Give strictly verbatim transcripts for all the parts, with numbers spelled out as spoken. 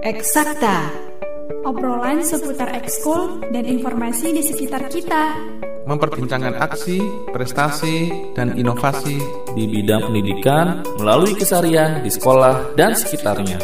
Eksakta, obrolan seputar ekskul dan informasi di sekitar kita. Memperbincangkan aksi, prestasi, dan inovasi di bidang pendidikan melalui keseharian di sekolah dan sekitarnya.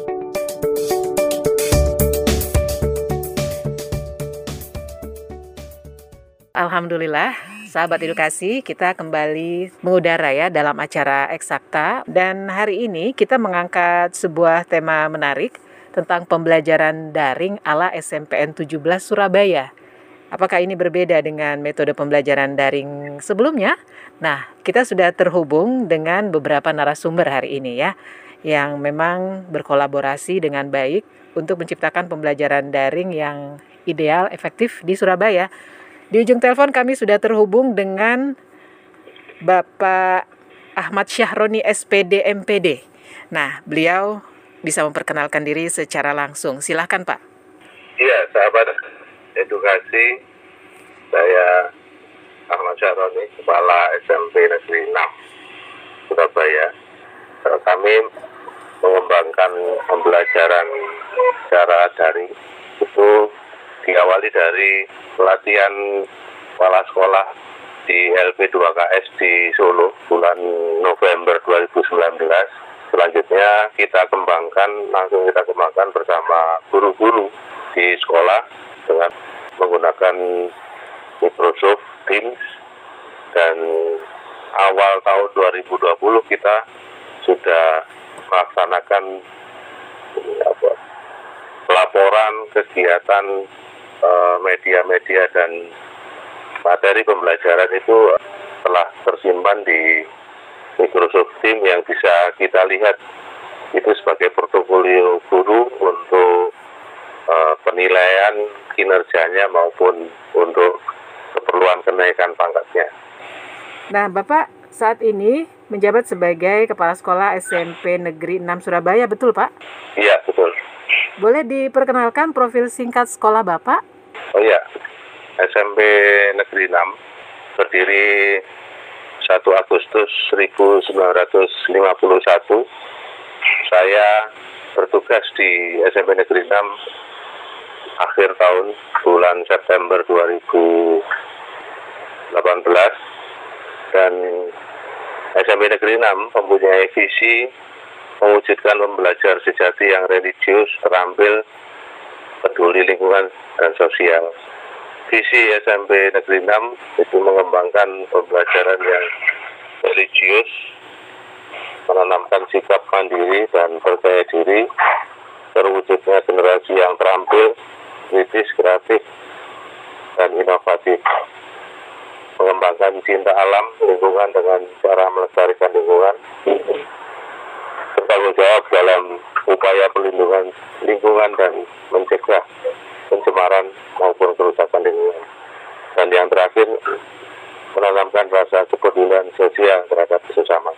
Alhamdulillah, sahabat edukasi, kita kembali mengudara ya dalam acara Eksakta. Dan hari ini kita mengangkat sebuah tema menarik tentang pembelajaran daring ala S M P N tujuh belas Surabaya. Apakah ini berbeda dengan metode pembelajaran daring sebelumnya? Nah, kita sudah terhubung dengan beberapa narasumber hari ini ya, yang memang berkolaborasi dengan baik untuk menciptakan pembelajaran daring yang ideal, efektif di Surabaya. Di ujung telepon kami sudah terhubung dengan Bapak Ahmad Syahroni S P D M P D. Nah, beliau bisa memperkenalkan diri secara langsung. Silakan, Pak. Iya, sahabat edukasi, saya Ahmad Syahroni, Kepala S M P Negeri enam Surabaya. Kami mengembangkan pembelajaran secara daring itu diawali dari pelatihan kepala sekolah di L P dua K S di Solo bulan November dua ribu sembilan belas. Selanjutnya kita kembangkan, langsung kita kembangkan bersama guru-guru di sekolah dengan menggunakan Microsoft Teams, dan awal tahun dua ribu dua puluh kita sudah melaksanakan apa, laporan kegiatan uh, media-media dan materi pembelajaran itu telah tersimpan di Microsoft Teams yang bisa kita lihat itu sebagai portofolio guru untuk uh, penilaian kinerjanya maupun untuk keperluan kenaikan pangkatnya. Nah, Bapak saat ini menjabat sebagai Kepala Sekolah S M P Negeri enam Surabaya, betul Pak? Iya, betul. Boleh diperkenalkan profil singkat sekolah Bapak? Oh iya, S M P Negeri enam berdiri satu Agustus seribu sembilan ratus lima puluh satu. Saya bertugas di S M P Negeri enam akhir tahun bulan September dua ribu delapan belas, dan S M P Negeri enam mempunyai visi mewujudkan pembelajar sejati yang religius, terampil, peduli lingkungan dan sosial. Visi S M P Negeri enam itu mengembangkan pembelajaran yang religius, menanamkan sikap mandiri dan percaya diri, terwujudnya generasi yang terampil, kritis, kreatif, dan inovatif. Mengembangkan cinta alam, lingkungan dengan cara melestarikan lingkungan, bertanggung jawab dalam upaya pelindungan lingkungan dan mencegah pencemaran maupun kerusakan lingkungan. Dan yang terakhir, menanamkan rasa kepedulian sosial terhadap sesama.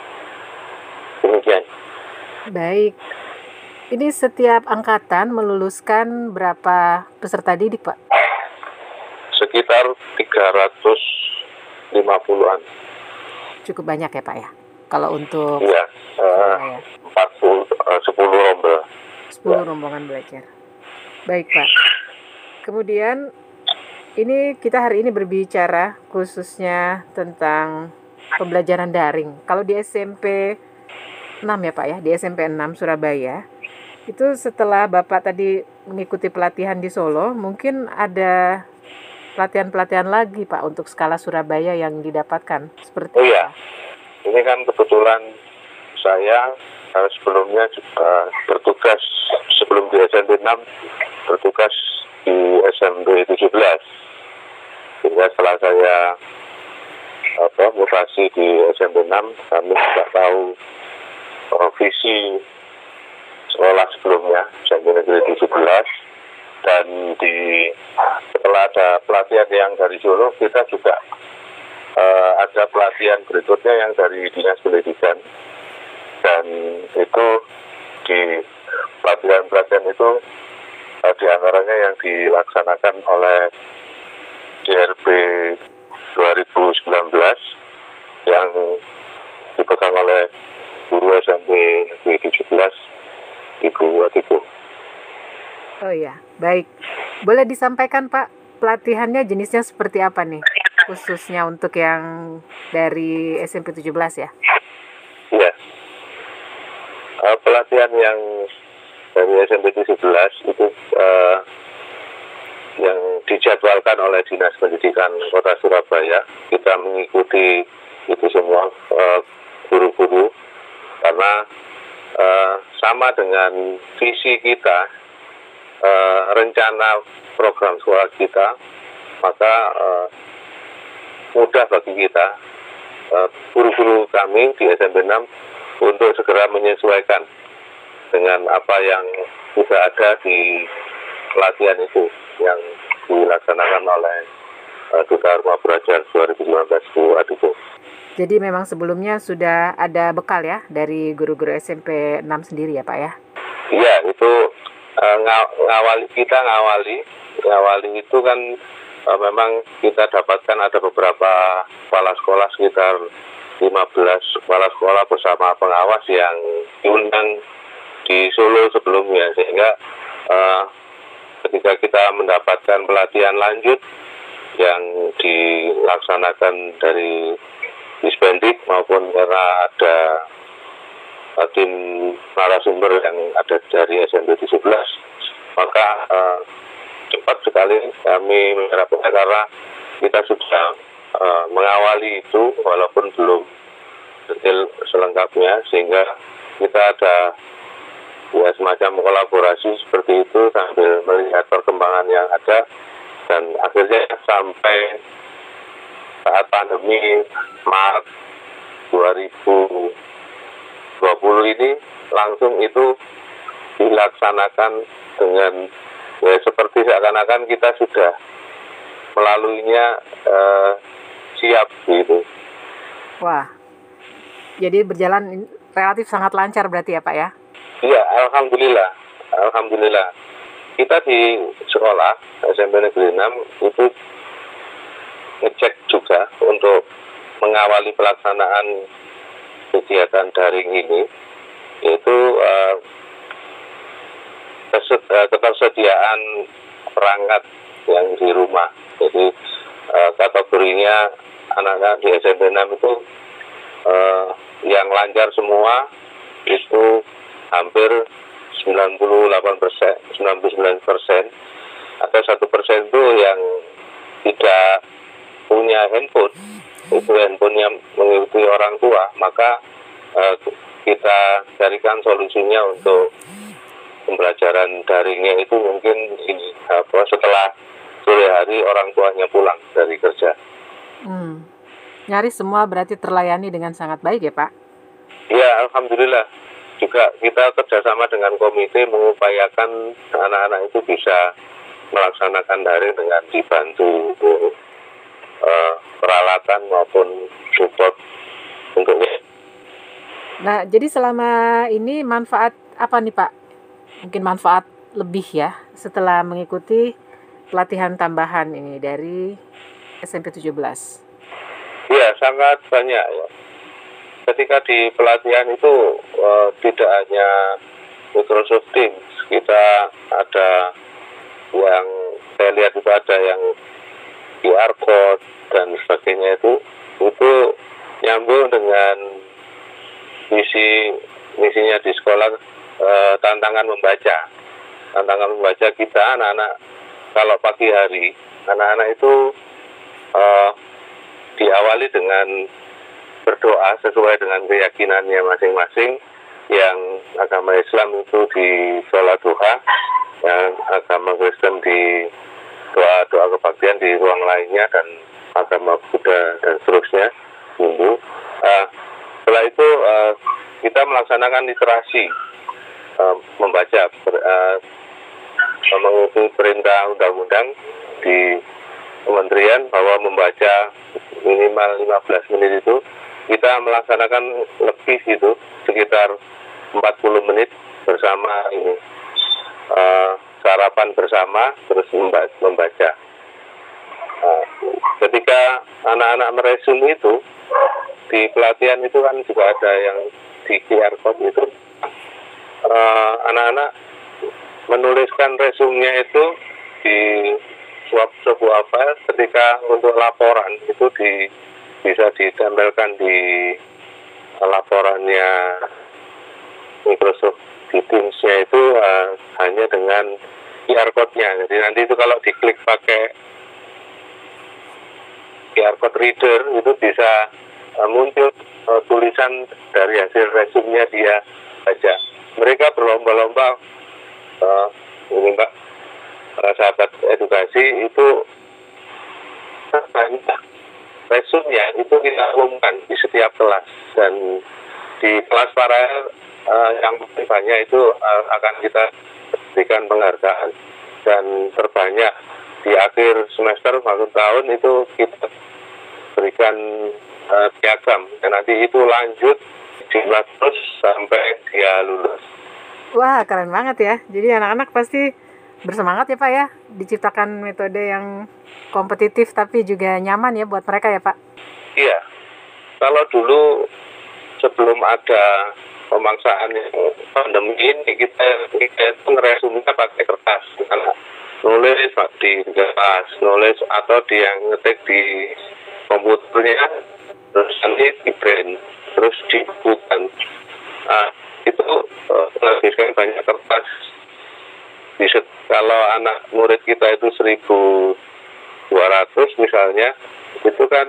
Demikian. Baik. Ini setiap angkatan meluluskan berapa peserta didik, Pak? Sekitar tiga ratus lima puluhan. Cukup banyak ya, Pak ya? Kalau untuk Iya, uh, empat puluh, uh, sepuluh rombongan. sepuluh rombongan belajar. Baik, Pak. Kemudian ini kita hari ini berbicara khususnya tentang pembelajaran daring. Kalau di S M P enam ya, Pak ya, di S M P enam Surabaya, itu setelah Bapak tadi mengikuti pelatihan di Solo, mungkin ada pelatihan-pelatihan lagi, Pak, untuk skala Surabaya yang didapatkan. Seperti oh iya, apa? Ini kan kebetulan saya uh, sebelumnya juga bertugas sebelum di S M P enam, bertugas di S M P tujuh belas. Sehingga setelah saya apa, mutasi di S M P enam, kami tidak tahu uh, visi sekolah sebelumnya, S M P Negeri tujuh belas. Dan di setelah ada pelatihan yang dari Solo, kita juga uh, ada pelatihan berikutnya yang dari Dinas Pendidikan. Dan itu di pelatihan-pelatihan itu uh, diantaranya yang dilaksanakan oleh D R B dua ribu sembilan belas yang dipegang oleh guru S M P Negeri tujuh belas Ibu Watibu. Oh ya, baik. Boleh disampaikan Pak, pelatihannya jenisnya seperti apa nih? Khususnya untuk yang dari S M P tujuh belas ya? Iya. Uh, pelatihan yang dari S M P tujuh belas itu uh, yang dijadwalkan oleh Dinas Pendidikan Kota Surabaya. Kita mengikuti itu semua uh, guru-guru karena uh, sama dengan visi kita, uh, rencana program sekolah kita, maka uh, mudah bagi kita, uh, guru-guru kami di S M P enam untuk segera menyesuaikan dengan apa yang sudah ada di pelatihan itu yang dilaksanakan oleh uh, Duta Rumah Belajar dua ribu sembilan belas Bu Adiko. Jadi memang sebelumnya sudah ada bekal ya dari guru-guru S M P enam sendiri ya Pak ya? Iya, itu uh, ngawali kita ngawali ngawali itu kan uh, memang kita dapatkan ada beberapa kepala sekolah sekitar lima belas kepala sekolah bersama pengawas yang diundang di Solo sebelumnya, sehingga uh, ketika kita mendapatkan pelatihan lanjut yang dilaksanakan dari Dispendik maupun karena ada uh, tim narasumber yang ada dari S M P tujuh belas, maka uh, cepat sekali kami menyerapnya karena kita sudah uh, mengawali itu walaupun belum detail selengkapnya, sehingga kita ada ya semacam kolaborasi seperti itu sambil melihat perkembangan yang ada, dan akhirnya sampai saat pandemi Maret dua ribu dua puluh ini langsung itu dilaksanakan dengan ya seperti seakan-akan kita sudah melaluinya eh, siap gitu. Wah, jadi berjalan relatif sangat lancar berarti ya Pak ya? Iya, alhamdulillah, alhamdulillah. Kita di sekolah S M P Negeri enam itu ngecek juga untuk mengawali pelaksanaan kegiatan daring ini, yaitu uh, ketersediaan perangkat yang di rumah. Jadi uh, kategorinya anak-anak di S M P enam itu uh, yang lancar semua itu hampir sembilan puluh delapan persen, sembilan puluh sembilan persen, atau satu persen itu yang tidak punya handphone, itu handphonenya mengikuti orang tua, maka uh, kita carikan solusinya untuk pembelajaran daringnya itu mungkin ini apa setelah sore hari orang tuanya pulang dari kerja. Hmm. Nyaris semua berarti terlayani dengan sangat baik ya Pak? Ya, alhamdulillah. Juga kita kerjasama dengan komite mengupayakan anak-anak itu bisa melaksanakan daring dengan dibantu uh, peralatan maupun support untuknya. Nah, jadi selama ini manfaat apa nih Pak? Mungkin manfaat lebih ya setelah mengikuti pelatihan tambahan ini dari S M P tujuh belas. Iya, sangat banyak ya. Ketika di pelatihan itu uh, tidak hanya Microsoft Teams, kita ada yang saya lihat itu ada yang Q R code dan sebagainya, itu itu nyambung dengan misi misinya di sekolah, uh, tantangan membaca. Tantangan membaca kita anak-anak kalau pagi hari, anak-anak itu uh, diawali dengan berdoa sesuai dengan keyakinannya masing-masing. Yang agama Islam itu di sholat duha, yang agama Kristen di doa-doa kebaktian di ruang lainnya, dan agama Buddha dan seterusnya Hindu. Uh, setelah itu uh, kita melaksanakan literasi uh, membaca ber, uh, mengikuti perintah undang-undang di kementerian bahwa membaca minimal lima belas menit itu kita melaksanakan lebih gitu, sekitar empat puluh menit bersama ini uh, sarapan bersama terus membaca. Uh, ketika anak-anak meresum itu di pelatihan itu kan juga ada yang di Q R code itu, uh, anak-anak menuliskan resumenya itu di suap sebuah file. Ketika untuk laporan itu di, bisa ditempelkan di laporannya Microsoft di Teams-nya itu uh, hanya dengan Q R code-nya. Jadi nanti itu kalau diklik pakai Q R code reader itu bisa uh, muncul uh, tulisan dari hasil resumenya dia baca. Mereka berlomba-lomba, uh, ini Mbak, uh, sahabat edukasi itu banyak resumenya itu kita umumkan di setiap kelas, dan di kelas paralel uh, yang banyak itu uh, akan kita berikan penghargaan, dan terbanyak di akhir semester maupun tahun itu kita berikan uh, piagam, dan nanti itu lanjut jumlah terus sampai dia lulus. Wah, keren banget ya. Jadi anak-anak pasti bersemangat ya Pak ya, diciptakan metode yang kompetitif tapi juga nyaman ya buat mereka ya Pak. Iya, kalau dulu sebelum ada pemaksaan pandemi ini kita kita itu ngeresumnya pakai kertas, karena nulis di kertas, nulis atau dia ngetik di komputernya, terus nanti di print, terus dibukukan. Nah, itu uh, menghabiskan banyak kertas. Bisa, kalau anak murid kita itu seribu dua ratus misalnya, itu kan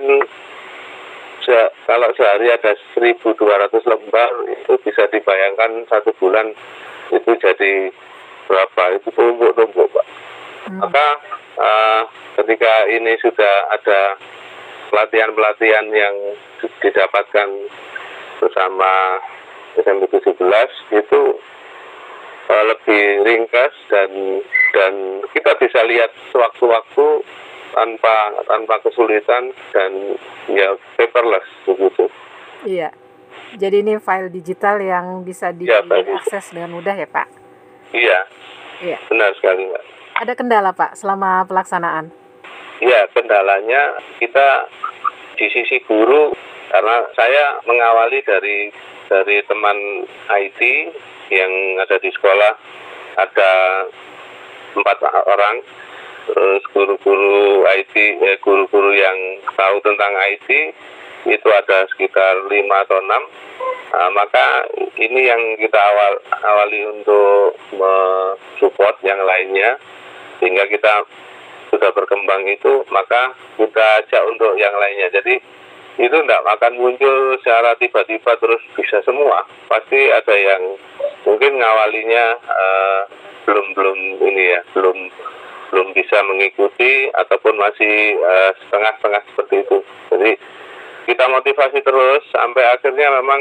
se, kalau sehari ada seribu dua ratus lembar, itu bisa dibayangkan satu bulan itu jadi berapa, itu tumpuk-tumpuk Pak. Hmm. Maka uh, ketika ini sudah ada pelatihan-pelatihan yang didapatkan bersama S M P tujuh belas itu uh, lebih ringkas, dan dan kita bisa lihat sewaktu-waktu tanpa tanpa kesulitan, dan ya paperless begitu. Iya. Jadi ini file digital yang bisa diakses ya, dengan mudah ya Pak. Iya. Iya. Benar sekali Mbak. Ada kendala Pak selama pelaksanaan? Iya, kendalanya kita di sisi guru, karena saya mengawali dari dari teman I T yang ada di sekolah, ada empat orang, terus guru-guru I T, eh, guru-guru yang tahu tentang I T itu ada sekitar lima atau enam. Nah, maka ini yang kita awal awali untuk mensupport yang lainnya, sehingga kita sudah berkembang itu, maka kita ajak untuk yang lainnya. Jadi itu tidak akan muncul secara tiba-tiba terus bisa semua. Pasti ada yang mungkin ngawalinya uh, belum belum ini ya, belum belum bisa mengikuti ataupun masih uh, setengah-setengah seperti itu. Jadi kita motivasi terus sampai akhirnya memang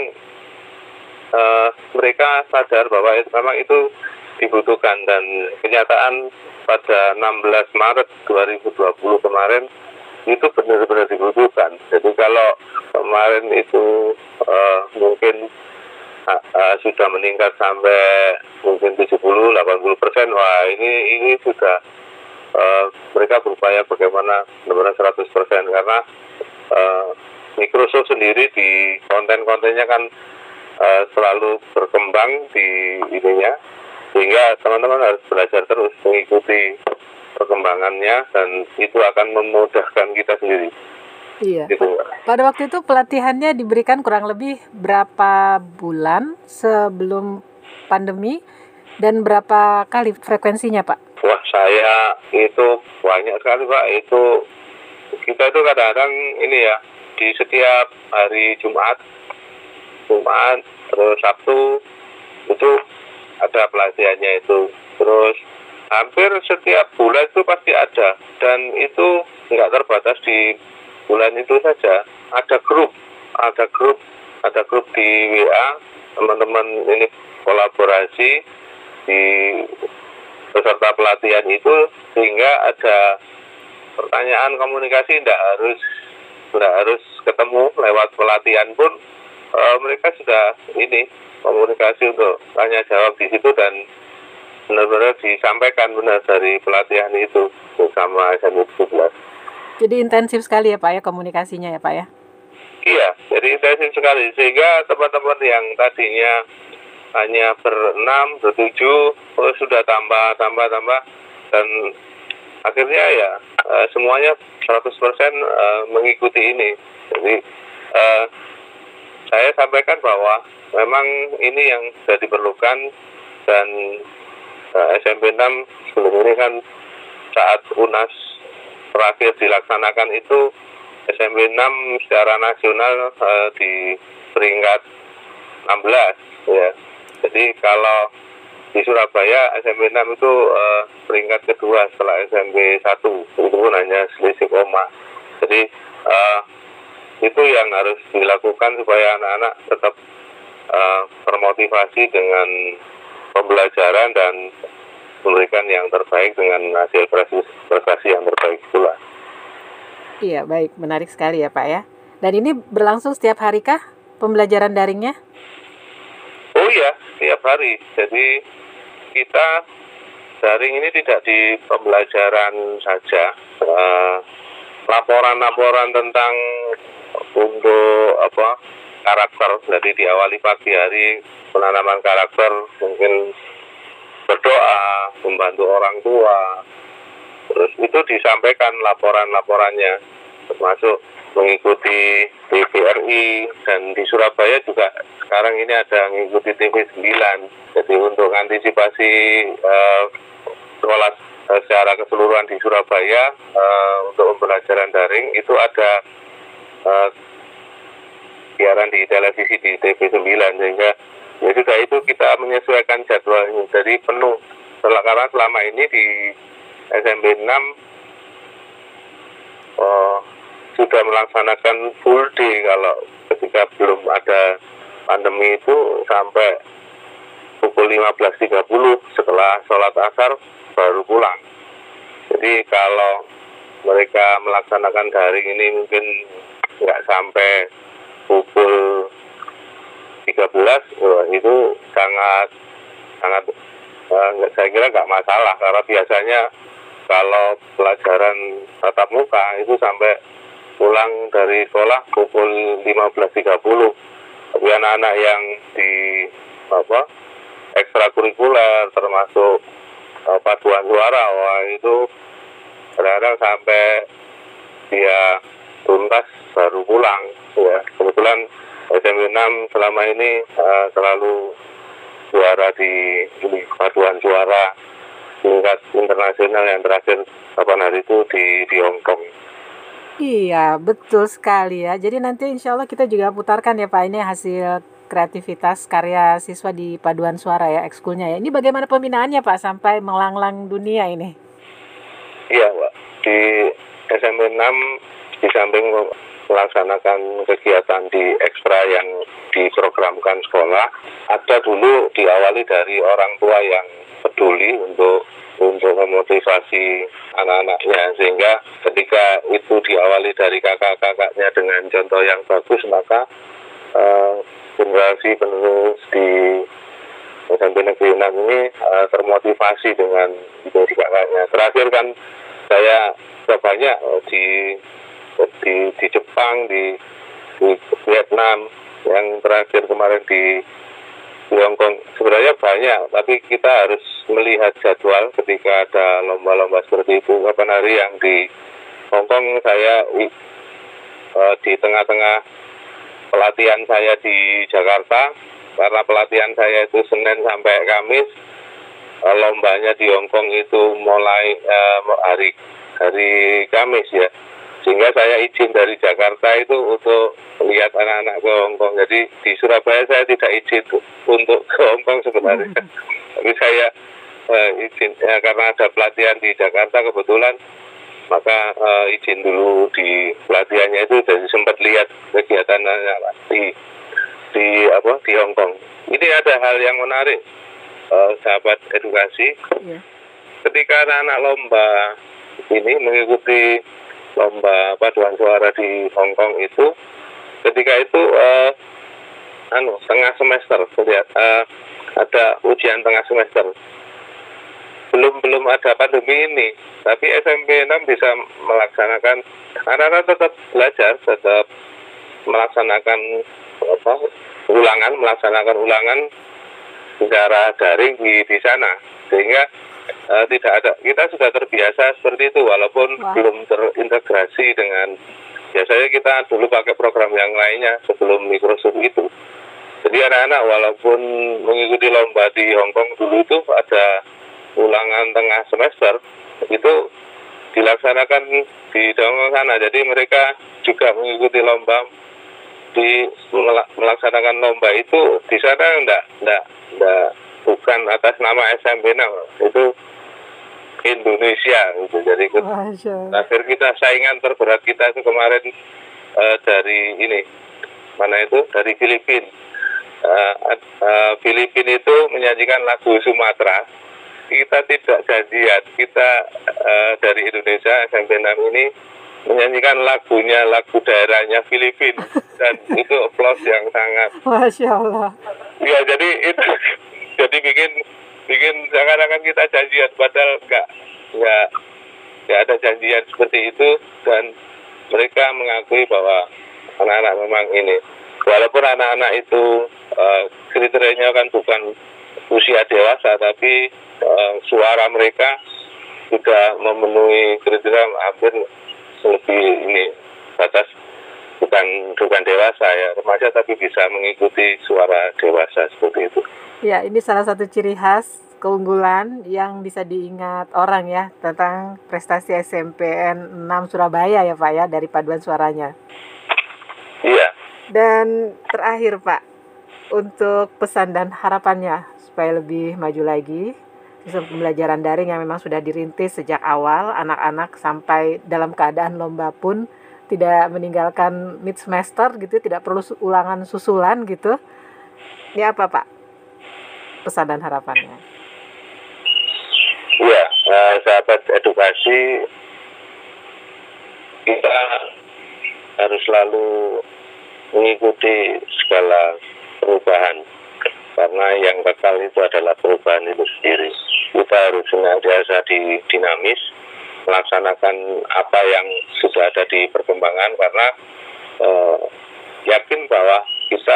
uh, mereka sadar bahwa itu, memang itu dibutuhkan, dan kenyataan pada enam belas Maret dua ribu dua puluh kemarin itu benar-benar dibutuhkan. Jadi kalau kemarin itu uh, mungkin uh, uh, sudah meningkat sampai mungkin tujuh puluh sampai delapan puluh persen, wah ini ini sudah uh, mereka berupaya bagaimana benar-benar seratus persen, karena uh, Microsoft sendiri di konten-kontennya kan uh, selalu berkembang di ininya, sehingga teman-teman harus belajar terus mengikuti perkembangannya, dan itu akan memudahkan kita sendiri. Iya. Gitu. Pada waktu itu pelatihannya diberikan kurang lebih berapa bulan sebelum pandemi, dan berapa kali frekuensinya Pak? Wah, saya itu banyak sekali Pak. Itu kita itu kadang-kadang ini ya, di setiap hari Jumat, Jumat, terus Sabtu itu ada pelatihannya itu. Terus hampir setiap bulan itu pasti ada, dan itu nggak terbatas di bulan itu saja. Ada grup, ada grup, ada grup di W A, teman-teman ini kolaborasi di peserta pelatihan itu, sehingga ada pertanyaan komunikasi, tidak harus tidak harus ketemu lewat pelatihan pun e, mereka sudah ini komunikasi untuk tanya jawab di situ, dan benar-benar disampaikan benar dari pelatihan itu bersama S M P tujuh belas. Jadi intensif sekali ya Pak ya komunikasinya ya Pak ya? Iya, jadi intensif sekali, sehingga teman-teman yang tadinya hanya berenam, bertujuh, oh, sudah tambah, tambah, tambah, dan akhirnya ya uh, semuanya seratus persen uh, mengikuti ini. Jadi uh, saya sampaikan bahwa memang ini yang sudah diperlukan, dan uh, S M P enam sebelum ini kan saat U N A S terakhir dilaksanakan itu S M P enam secara nasional uh, di peringkat enam belas ya. Jadi kalau di Surabaya S M P enam itu uh, peringkat kedua setelah S M P satu, itu pun hanya selisih koma. Jadi uh, itu yang harus dilakukan supaya anak-anak tetap uh, termotivasi dengan pembelajaran dan memberikan yang terbaik dengan hasil prestasi yang terbaik pula. Iya, baik, menarik sekali ya Pak ya. Dan ini berlangsung setiap hari kah pembelajaran daringnya? Oh iya, setiap hari. Jadi kita daring ini tidak di pembelajaran saja, uh, laporan-laporan tentang untuk apa karakter. Jadi diawali pagi hari penanaman karakter, mungkin berdoa, membantu orang tua, terus itu disampaikan laporan-laporannya, termasuk mengikuti T V R I, dan di Surabaya juga sekarang ini ada mengikuti T V sembilan. Jadi untuk antisipasi uh, sekolah uh, secara keseluruhan di Surabaya uh, untuk pembelajaran daring itu ada uh, siaran di televisi di T V sembilan, sehingga ya sudah itu kita menyesuaikan jadwalnya. Jadi penuh, karena selama ini di S M P enam uh, sudah melaksanakan full day. Kalau ketika belum ada pandemi itu sampai pukul lima belas tiga puluh setelah sholat asar baru pulang. Jadi kalau mereka melaksanakan daring ini mungkin nggak sampai pukul tiga belas, wah, itu sangat sangat uh, saya kira nggak masalah, karena biasanya kalau pelajaran tatap muka itu sampai pulang dari sekolah pukul lima belas tiga puluh. Tapi anak-anak yang di apa ekstrakurikuler termasuk uh, paduan suara, wah itu kadang-kadang sampai dia tuntas baru pulang ya. Kebetulan S M P enam selama ini uh, selalu juara di ini, paduan suara tingkat internasional, yang terakhir kapan hari itu di di Hong Kong. Iya, betul sekali ya. Jadi nanti insya Allah kita juga putarkan ya Pak, ini hasil kreativitas karya siswa di paduan suara ya, ekskulnya ya. Ini bagaimana pembinaannya Pak sampai melanglang dunia ini? Iya Pak, di S M P enam di samping melaksanakan kegiatan di ekstra yang diprogramkan sekolah, ada dulu diawali dari orang tua yang peduli untuk untuk memotivasi anak-anaknya, sehingga ketika itu diawali dari kakak-kakaknya dengan contoh yang bagus, maka uh, generasi penerus di S M P Negeri enam ini uh, termotivasi dengan itu di kakaknya. Terakhir kan saya sudah banyak di di di Jepang, di di Vietnam, yang terakhir kemarin di di Hong Kong. Sebenarnya banyak, tapi kita harus melihat jadwal ketika ada lomba-lomba seperti itu. Kapan hari yang di Hong Kong saya uh, di tengah-tengah pelatihan saya di Jakarta, karena pelatihan saya itu Senin sampai Kamis, uh, lombanya di Hong Kong itu mulai uh, hari hari Kamis ya. Sehingga saya izin dari Jakarta itu untuk lihat anak-anak ke Hong Kong. Jadi di Surabaya saya tidak izin untuk ke Hong Kong sebenarnya. Tapi saya uh, izin ya, karena ada pelatihan di Jakarta kebetulan, maka uh, izin dulu di pelatihannya itu, jadi sempat lihat kegiatan anak di di apa di Hong Kong. Ini ada hal yang menarik, uh, sahabat edukasi. Yeah. Ketika anak-anak lomba ini mengikuti lomba paduan suara di Hong Kong itu, ketika itu uh, anu tengah semester, lihat uh, ada ujian tengah semester. Belum belum ada pandemi ini, tapi S M P enam bisa melaksanakan, anak-anak tetap belajar, tetap melaksanakan apa ulangan, melaksanakan ulangan secara daring di di sana, sehingga uh, tidak ada, kita sudah terbiasa seperti itu walaupun Wah. belum terintegrasi dengan, biasanya kita dulu pakai program yang lainnya sebelum Microsoft itu. Jadi anak-anak walaupun mengikuti lomba di Hong Kong dulu itu ada ulangan tengah semester, itu dilaksanakan di dalam sana. Jadi mereka juga mengikuti lomba, di melaksanakan lomba itu di sana enggak, enggak, enggak bukan atas nama S M P enam, itu Indonesia gitu. Jadi akhir kita saingan terberat kita itu kemarin uh, dari ini mana itu dari Filipina. Uh, uh, Filipina itu menyanyikan lagu Sumatera. Kita tidak janjian, kita uh, dari Indonesia S M P enam ini menyanyikan lagunya, lagu daerahnya Filipina, dan itu applause yang sangat Masya Allah. Ya, jadi itu jadi bikin bikin seakan-akan kita janjian, padahal enggak, enggak, enggak ada janjian seperti itu, dan mereka mengakui bahwa anak-anak memang ini, walaupun anak-anak itu uh, kriterianya kan bukan usia dewasa, tapi uh, suara mereka sudah memenuhi kriteria hampir lebih ini batas bukan bukan dewasa ya, remaja, tapi bisa mengikuti suara dewasa seperti itu. Ya, ini salah satu ciri khas keunggulan yang bisa diingat orang ya tentang prestasi S M P N enam Surabaya ya Pak ya, dari paduan suaranya. Iya. Dan terakhir Pak, untuk pesan dan harapannya supaya lebih maju lagi sistem pembelajaran daring yang memang sudah dirintis sejak awal, anak-anak sampai dalam keadaan lomba pun tidak meninggalkan mid semester gitu, tidak perlu ulangan susulan gitu. Ini apa Pak pesan dan harapannya? Iya, eh, sahabat edukasi, kita harus selalu mengikuti segala perubahan, karena yang kekal itu adalah perubahan itu sendiri. Kita harus senantiasa di dinamis, melaksanakan apa yang sudah ada di perkembangan, karena eh, yakin bahwa kita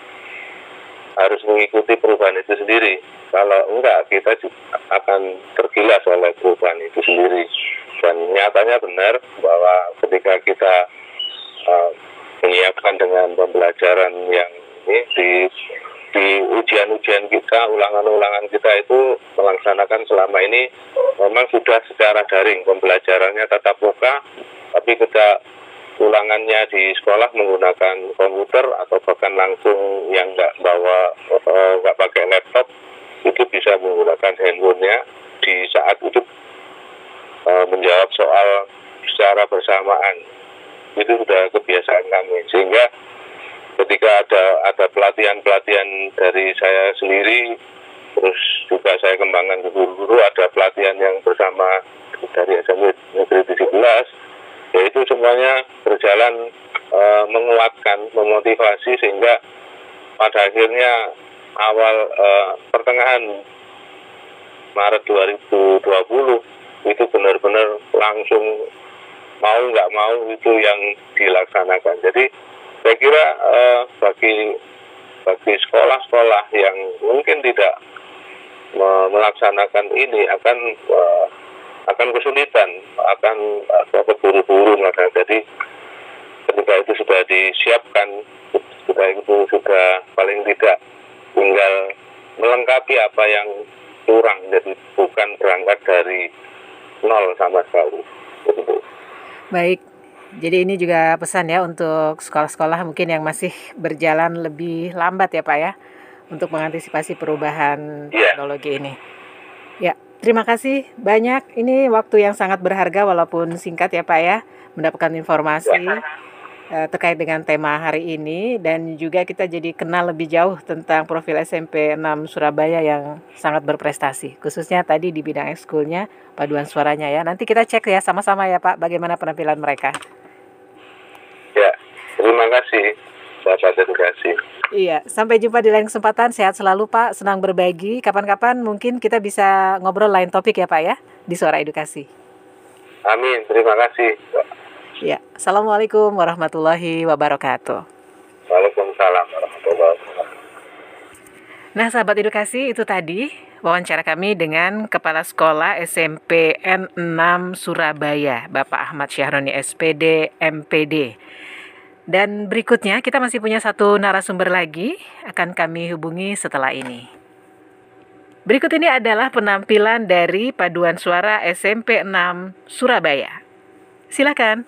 harus mengikuti perubahan itu sendiri. Kalau enggak, kita akan tergilas oleh perubahan itu sendiri. Dan nyatanya benar bahwa ketika kita uh, menyiapkan dengan pembelajaran yang ini di di ujian-ujian kita, ulangan-ulangan kita itu melaksanakan selama ini memang sudah secara daring, pembelajarannya tatap muka, tapi kita ulangannya di sekolah menggunakan komputer atau bahkan langsung yang nggak bawa, nggak uh, pakai laptop, itu bisa menggunakan handphonenya di saat itu uh, menjawab soal secara bersamaan. Itu sudah kebiasaan kami, sehingga ketika ada ada pelatihan-pelatihan dari saya sendiri, terus juga saya kembangkan ke guru-guru, ada pelatihan yang bersama dari S M P Negeri tujuh belas, yaitu semuanya berjalan e, menguatkan, memotivasi, sehingga pada akhirnya awal e, pertengahan Maret dua ribu dua puluh itu benar-benar langsung mau nggak mau itu yang dilaksanakan. Jadi saya kira uh, bagi bagi sekolah-sekolah yang mungkin tidak me- melaksanakan ini akan uh, akan kesulitan, akan uh, keburu-buru. Jadi ketika itu sudah disiapkan, sudah itu sudah paling tidak tinggal melengkapi apa yang kurang, jadi bukan berangkat dari nol sama sekali. Begitu. Baik. Jadi ini juga pesan ya untuk sekolah-sekolah mungkin yang masih berjalan lebih lambat ya Pak ya, untuk mengantisipasi perubahan yeah. teknologi ini. Ya, terima kasih banyak. Ini waktu yang sangat berharga walaupun singkat ya Pak ya, mendapatkan informasi yeah. uh, terkait dengan tema hari ini, dan juga kita jadi kenal lebih jauh tentang profil S M P enam Surabaya yang sangat berprestasi, khususnya tadi di bidang ekskulnya, paduan suaranya ya. Nanti kita cek ya sama-sama ya Pak bagaimana penampilan mereka. Ya, terima kasih, sahabat edukasi. Iya, sampai jumpa di lain kesempatan. Sehat selalu Pak, senang berbagi. Kapan-kapan mungkin kita bisa ngobrol lain topik ya Pak ya, di Suara Edukasi. Amin, terima kasih. Ya, Assalamualaikum warahmatullahi wabarakatuh. Waalaikumsalam warahmatullahi wabarakatuh. Nah, sahabat edukasi, itu tadi wawancara kami dengan Kepala Sekolah S M P N enam Surabaya, Bapak Ahmad Syahroni S P D M P D. Dan berikutnya kita masih punya satu narasumber lagi, akan kami hubungi setelah ini. Berikut ini adalah penampilan dari Paduan Suara S M P enam Surabaya. Silakan.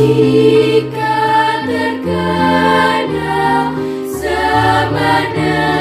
Jika terkadang semana